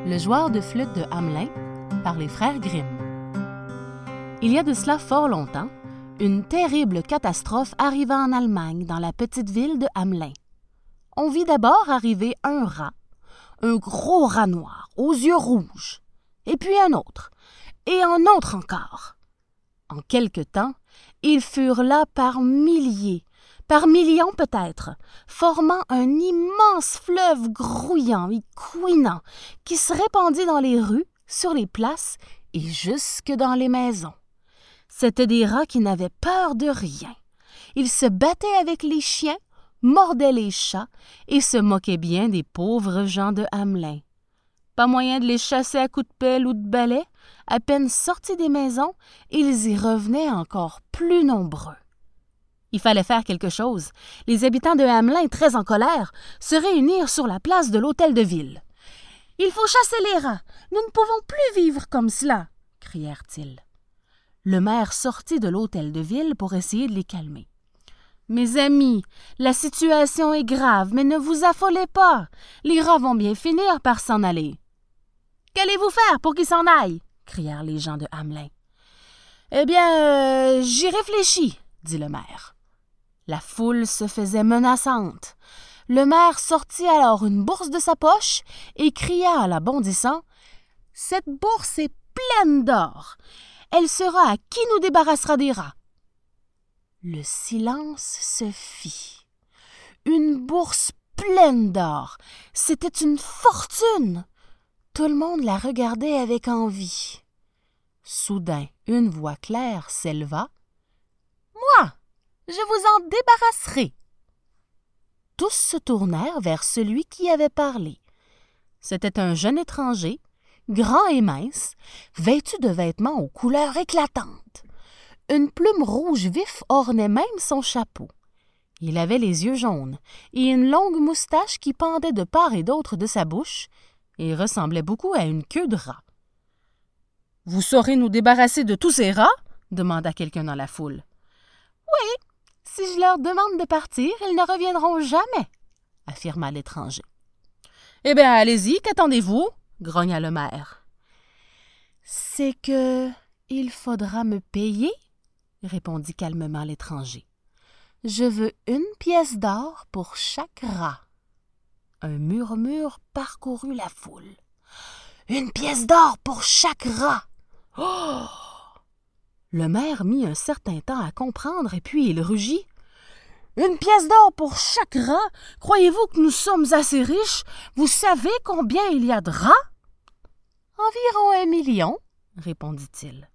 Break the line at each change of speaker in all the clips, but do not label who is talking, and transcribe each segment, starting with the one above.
Le joueur de flûte de Hamelin par les frères Grimm. Il y a de cela fort longtemps, une terrible catastrophe arriva en Allemagne dans la petite ville de Hamelin. On vit d'abord arriver un gros rat noir aux yeux rouges, et puis un autre encore. En quelque temps, ils furent là par milliers, par millions peut-être, formant un immense fleuve grouillant et couinant qui se répandit dans les rues, sur les places et jusque dans les maisons. C'étaient des rats qui n'avaient peur de rien. Ils se battaient avec les chiens, mordaient les chats et se moquaient bien des pauvres gens de Hamelin. Pas moyen de les chasser à coups de pelle ou de balai, à peine sortis des maisons, ils y revenaient encore plus nombreux. Il fallait faire quelque chose. Les habitants de Hamelin, très en colère, se réunirent sur la place de l'hôtel de ville. « Il faut chasser les rats! Nous ne pouvons plus vivre comme cela! » crièrent-ils. Le maire sortit de l'hôtel de ville pour essayer de les calmer. « Mes amis, la situation est grave, mais ne vous affolez pas. Les rats vont bien finir par s'en aller. »« Qu'allez-vous faire pour qu'ils s'en aillent? » crièrent les gens de Hamelin. « Eh bien, j'y réfléchis, » dit le maire. La foule se faisait menaçante. Le maire sortit alors une bourse de sa poche et cria à la bondissant « Cette bourse est pleine d'or. Elle sera à qui nous débarrassera des rats. » Le silence se fit. Une bourse pleine d'or. C'était une fortune. Tout le monde la regardait avec envie. Soudain, une voix claire s'éleva. « Moi, je vous en débarrasserai. » Tous se tournèrent vers celui qui avait parlé. C'était un jeune étranger, grand et mince, vêtu de vêtements aux couleurs éclatantes. Une plume rouge vif ornait même son chapeau. Il avait les yeux jaunes et une longue moustache qui pendait de part et d'autre de sa bouche et ressemblait beaucoup à une queue de rat. « Vous saurez nous débarrasser de tous ces rats? » demanda quelqu'un dans la foule. « Oui, si je leur demande de partir, ils ne reviendront jamais, » affirma l'étranger. « Eh bien, allez-y, qu'attendez-vous? » grogna le maire. « C'est que il faudra me payer, » répondit calmement l'étranger. « Je veux 1 pièce d'or pour chaque rat. » Un murmure parcourut la foule. « 1 pièce d'or pour chaque rat! » Oh! Le maire mit un certain temps à comprendre et puis il rugit. « 1 pièce d'or pour chaque rat? Croyez-vous que nous sommes assez riches? Vous savez combien il y a de rats? »« Environ 1 million, » répondit-il.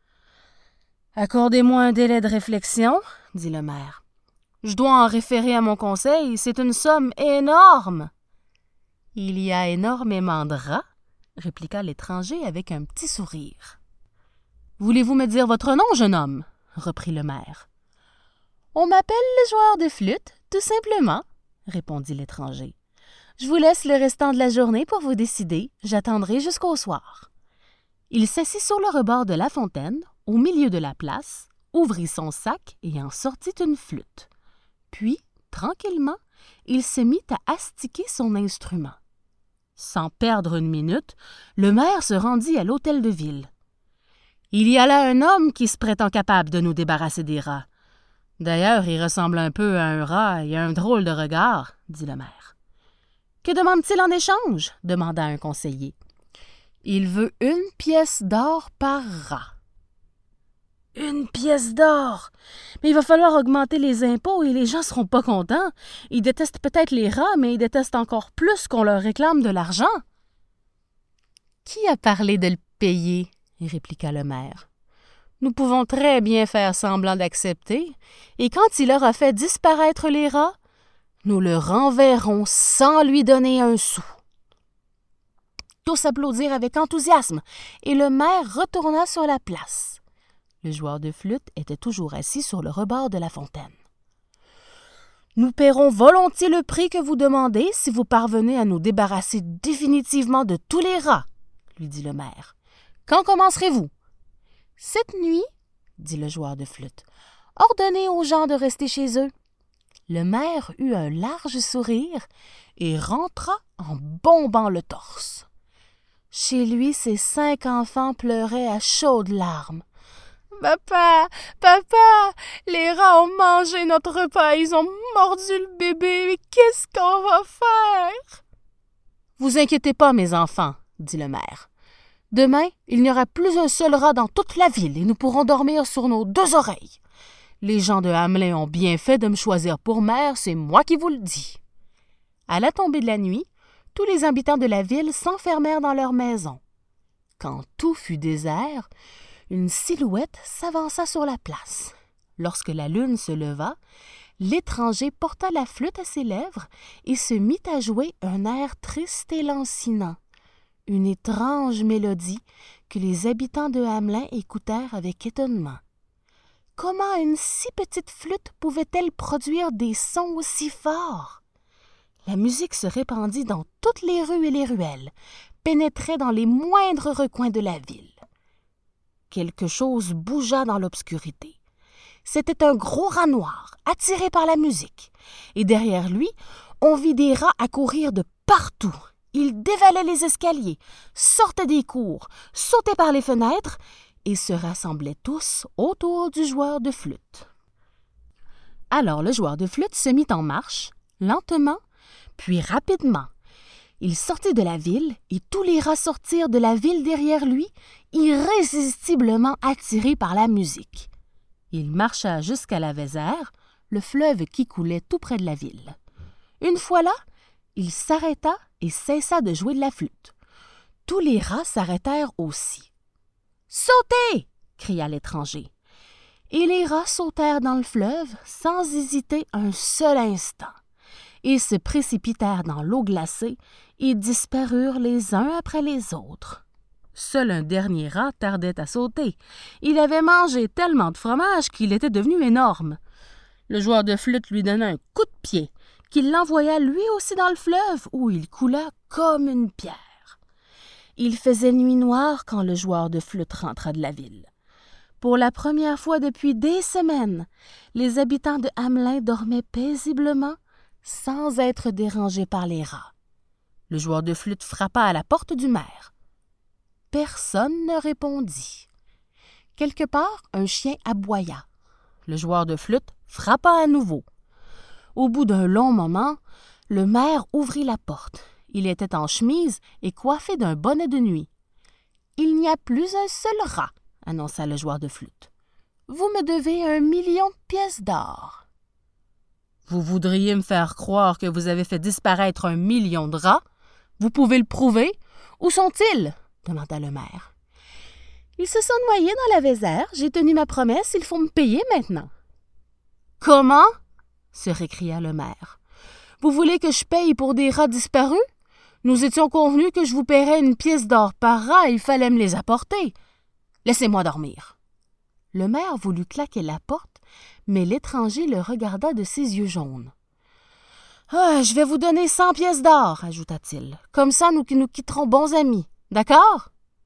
« Accordez-moi un délai de réflexion, » dit le maire. « Je dois en référer à mon conseil, c'est une somme énorme. »« Il y a énormément de rats, » répliqua l'étranger avec un petit sourire. « Voulez-vous me dire votre nom, jeune homme? » reprit le maire. « On m'appelle le joueur de flûte, tout simplement, » répondit l'étranger. « Je vous laisse le restant de la journée pour vous décider, j'attendrai jusqu'au soir. » Il s'assit sur le rebord de la fontaine, au milieu de la place, ouvrit son sac et en sortit une flûte. Puis, tranquillement, il se mit à astiquer son instrument. Sans perdre une minute, le maire se rendit à l'hôtel de ville. « Il y a là un homme qui se prétend capable de nous débarrasser des rats. D'ailleurs, il ressemble un peu à un rat et a un drôle de regard, » dit le maire. « Que demande-t-il en échange? » demanda un conseiller. « Il veut 1 pièce d'or par rat. »« 1 pièce d'or! Mais il va falloir augmenter les impôts et les gens seront pas contents. Ils détestent peut-être les rats, mais ils détestent encore plus qu'on leur réclame de l'argent. »« Qui a parlé de le payer? » répliqua le maire. « Nous pouvons très bien faire semblant d'accepter, et quand il aura fait disparaître les rats, nous le renverrons sans lui donner un sou. » Tous applaudirent avec enthousiasme, et le maire retourna sur la place. Le joueur de flûte était toujours assis sur le rebord de la fontaine. « Nous paierons volontiers le prix que vous demandez si vous parvenez à nous débarrasser définitivement de tous les rats, » lui dit le maire. « Quand commencerez-vous? »« Cette nuit, » dit le joueur de flûte. « Ordonnez aux gens de rester chez eux. » Le maire eut un large sourire et rentra en bombant le torse. Chez lui, ses 5 enfants pleuraient à chaudes larmes. « Papa, papa, les rats ont mangé notre repas, ils ont mordu le bébé, mais qu'est-ce qu'on va faire? » « Vous inquiétez pas, mes enfants, » dit le maire. « Demain, il n'y aura plus un seul rat dans toute la ville et nous pourrons dormir sur nos 2 oreilles. Les gens de Hamelin ont bien fait de me choisir pour maire, c'est moi qui vous le dis. » À la tombée de la nuit, tous les habitants de la ville s'enfermèrent dans leur maison. Quand tout fut désert, une silhouette s'avança sur la place. Lorsque la lune se leva, l'étranger porta la flûte à ses lèvres et se mit à jouer un air triste et lancinant, une étrange mélodie que les habitants de Hamelin écoutèrent avec étonnement. Comment une si petite flûte pouvait-elle produire des sons aussi forts? La musique se répandit dans toutes les rues et les ruelles, pénétrait dans les moindres recoins de la ville. Quelque chose bougea dans l'obscurité. C'était un gros rat noir, attiré par la musique, et derrière lui, on vit des rats accourir de partout. Ils dévalaient les escaliers, sortaient des cours, sautaient par les fenêtres et se rassemblaient tous autour du joueur de flûte. Alors le joueur de flûte se mit en marche, lentement, puis rapidement. Il sortit de la ville et tous les rats sortirent de la ville derrière lui, irrésistiblement attirés par la musique. Il marcha jusqu'à la Vézère, le fleuve qui coulait tout près de la ville. Une fois là, il s'arrêta et cessa de jouer de la flûte. Tous les rats s'arrêtèrent aussi. « Sautez !» cria l'étranger. Et les rats sautèrent dans le fleuve sans hésiter un seul instant. Ils se précipitèrent dans l'eau glacée et disparurent les uns après les autres. Seul un dernier rat tardait à sauter. Il avait mangé tellement de fromage qu'il était devenu énorme. Le joueur de flûte lui donna un coup de pied, qui l'envoya lui aussi dans le fleuve, où il coula comme une pierre. Il faisait nuit noire quand le joueur de flûte rentra de la ville. Pour la première fois depuis des semaines, les habitants de Hamelin dormaient paisiblement, sans être dérangés par les rats. Le joueur de flûte frappa à la porte du maire. Personne ne répondit. Quelque part, un chien aboya. Le joueur de flûte frappa à nouveau. Au bout d'un long moment, le maire ouvrit la porte. Il était en chemise et coiffé d'un bonnet de nuit. « Il n'y a plus un seul rat, » annonça le joueur de flûte. « Vous me devez 1 million de pièces d'or. » Vous voudriez me faire croire que vous avez fait disparaître 1 million de rats? Vous pouvez le prouver? Où sont-ils? Demanda le maire. Ils se sont noyés dans la Vézère. J'ai tenu ma promesse, il faut me payer maintenant. Comment? Se récria le maire. Vous voulez que je paye pour des rats disparus? Nous étions convenus que je vous paierais 1 pièce d'or par rat et il fallait me les apporter. Laissez-moi dormir. Le maire voulut claquer la porte, mais l'étranger le regarda de ses yeux jaunes. « Je vais vous donner 100 pièces d'or, ajouta-t-il. Comme ça, nous quitterons bons amis. D'accord? »«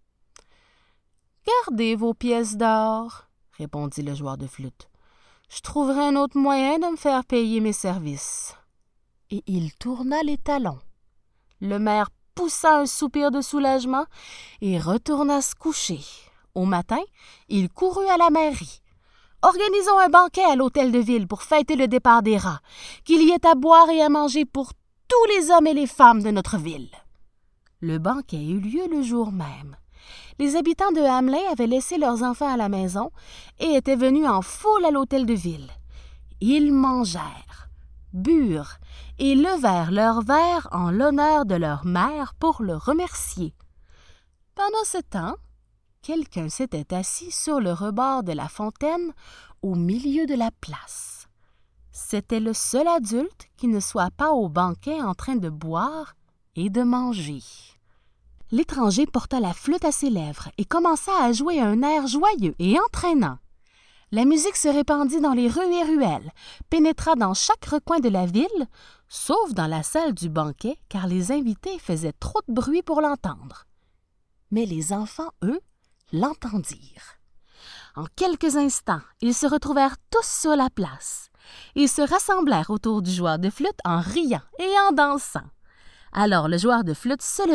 Gardez vos pièces d'or, répondit le joueur de flûte. Je trouverai un autre moyen de me faire payer mes services. » Et il tourna les talons. Le maire poussa un soupir de soulagement et retourna se coucher. Au matin, il courut à la mairie. « Organisons un banquet à l'hôtel de ville pour fêter le départ des rats, qu'il y ait à boire et à manger pour tous les hommes et les femmes de notre ville. » Le banquet eut lieu le jour même. Les habitants de Hamelin avaient laissé leurs enfants à la maison et étaient venus en foule à l'hôtel de ville. Ils mangèrent, burent et levèrent leurs verres en l'honneur de leur mère pour le remercier. Pendant ce temps, quelqu'un s'était assis sur le rebord de la fontaine au milieu de la place. C'était le seul adulte qui ne soit pas au banquet en train de boire et de manger. L'étranger porta la flûte à ses lèvres et commença à jouer un air joyeux et entraînant. La musique se répandit dans les rues et ruelles, pénétra dans chaque recoin de la ville, sauf dans la salle du banquet, car les invités faisaient trop de bruit pour l'entendre. Mais les enfants, eux, l'entendirent. En quelques instants, ils se retrouvèrent tous sur la place. Ils se rassemblèrent autour du joueur de flûte en riant et en dansant. Alors le joueur de flûte se leva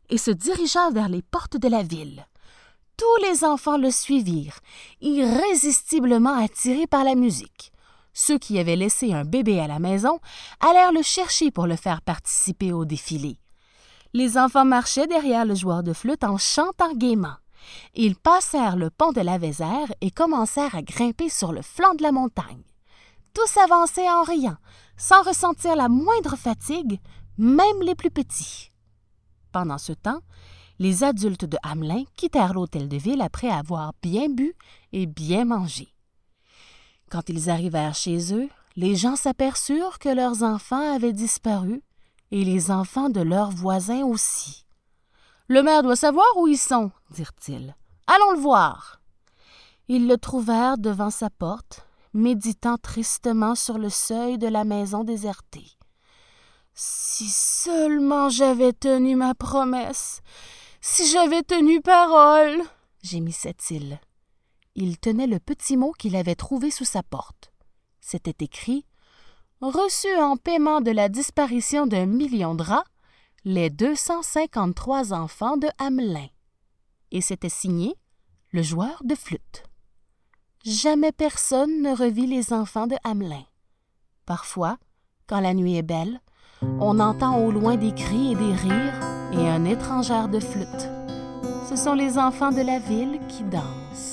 et se dirigea vers les portes de la ville. Tous les enfants le suivirent, irrésistiblement attirés par la musique. Ceux qui avaient laissé un bébé à la maison allèrent le chercher pour le faire participer au défilé. Les enfants marchaient derrière le joueur de flûte en chantant gaiement. Ils passèrent le pont de la Vézère et commencèrent à grimper sur le flanc de la montagne. Tous avançaient en riant, sans ressentir la moindre fatigue, même les plus petits. Pendant ce temps, les adultes de Hamelin quittèrent l'hôtel de ville après avoir bien bu et bien mangé. Quand ils arrivèrent chez eux, les gens s'aperçurent que leurs enfants avaient disparu et les enfants de leurs voisins aussi. « Le maire doit savoir où ils sont, » dirent-ils. « Allons le voir. » Ils le trouvèrent devant sa porte, méditant tristement sur le seuil de la maison désertée. « Si seulement j'avais tenu ma promesse, si j'avais tenu parole, » gémissait-il. Il tenait le petit mot qu'il avait trouvé sous sa porte. C'était écrit « Reçu en paiement de la disparition d'1 million de rats, les 253 enfants de Hamelin. » Et c'était signé « Le joueur de flûte ». Jamais personne ne revit les enfants de Hamelin. Parfois, quand la nuit est belle, on entend au loin des cris et des rires et un étrange air de flûte. Ce sont les enfants de la ville qui dansent.